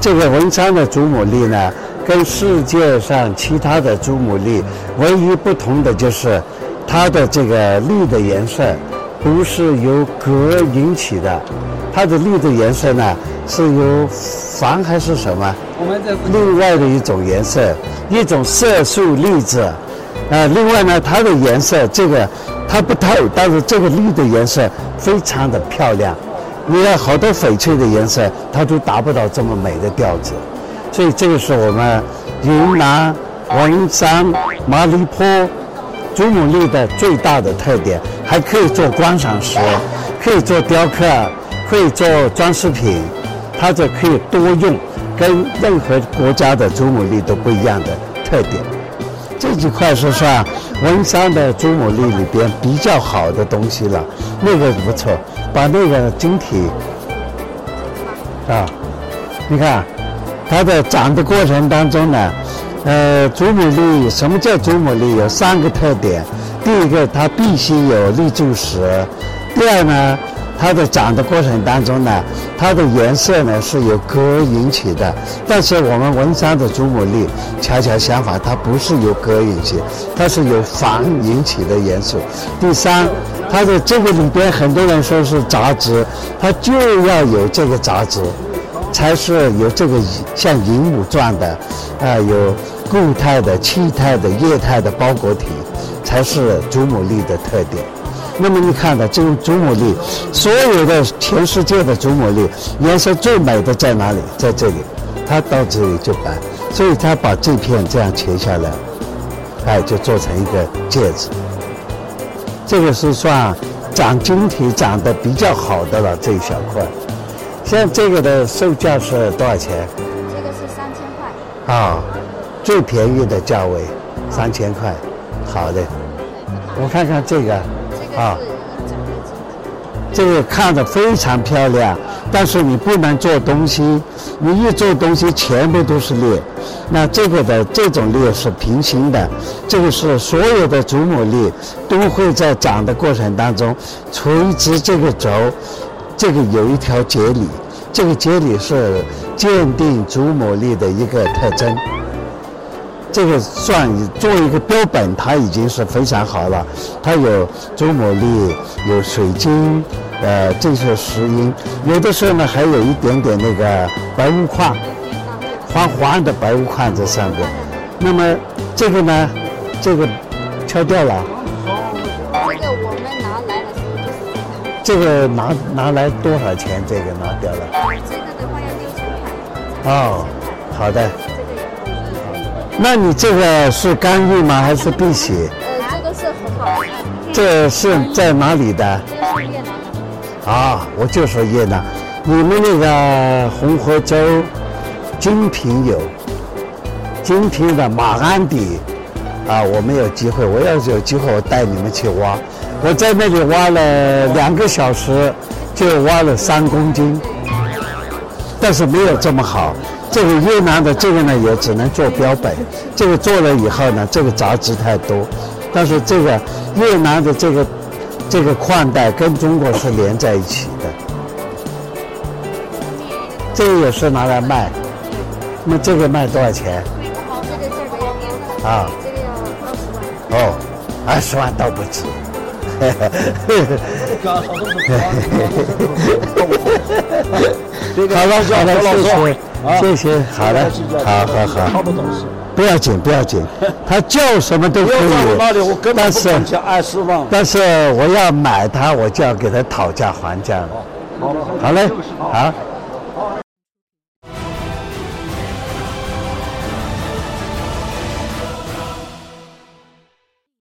这个文山的祖母绿呢，跟世界上其他的祖母绿唯一不同的就是它的这个绿的颜色不是由镉引起的，它的绿的颜色呢是由矾还是什么另外的一种颜色，一种色素粒子。另外呢，它的颜色这个它不透，但是这个绿的颜色非常的漂亮。你看好多翡翠的颜色，它都达不到这么美的调子。所以这个是我们云南、文山、麻栗坡祖母绿的最大的特点，还可以做观赏石，可以做雕刻，可以做装饰品，它这可以多用，跟任何国家的祖母绿都不一样的特点。这几块是算文山的祖母绿里边比较好的东西了，那个不错，把那个晶体你看它的长的过程当中呢，祖母绿，什么叫祖母绿？有3个特点。第一个，它必须有立柱石；第二呢，它的长的过程当中呢，它的颜色呢是由镉引起的。但是我们文山的祖母绿恰恰相反，它不是由镉引起，它是由矾引起的元素。第三，它的这个里边很多人说是杂质，它就要有这个杂质，才是有这个像银母状的，有固态的、气态的、液态的包裹体，才是祖母绿的特点。那么你看到这个祖母绿，所有的全世界的祖母绿颜色最美的在哪里？在这里，它到这里就白，所以它把这片这样切下来，就做成一个戒指。这个是算长晶体长得比较好的了，这一小块。像这个的售价是多少钱？ 这个是3000块。 最便宜的价位3000块。好的，我看看这个。这个看着非常漂亮，但是你不能做东西，你一做东西全部都是裂。那这个的这种裂是平行的，这个是所有的祖母绿都会在长的过程当中垂直这个轴，这个有一条节理，这个节理是鉴定祖母绿的一个特征。这个算做一个标本，它已经是非常好了。它有祖母绿，有水晶，这是石英，有的时候呢还有一点点那个白雾矿，黄黄的白雾矿在上面。那么这个呢，这个敲掉了。 这个我们拿来的时候就是这个拿来多少钱？这个拿掉了。 这个的话要6000块。 好的。那你这个是干玉吗？还是碧玺？ 这个是很好的。 这是在哪里的？ 这是越南。 我就说越南。你们那个红河州金平有，金平的马鞍底我们有机会，我要是有机会，我带你们去挖。我在那里挖了2个小时，就挖了3公斤，但是没有这么好。这个越南的这个呢，也只能做标本。这个做了以后呢，这个杂质太多。但是这个越南的这个矿带跟中国是连在一起的。这个也是拿来卖。那这个卖多少钱？ 这个价格要这个要20万。 20万倒不止。好了，谢谢，好的，好，不要紧，他叫什么都可以，但是我要买它，我就要给他讨价还价了。好嘞，好。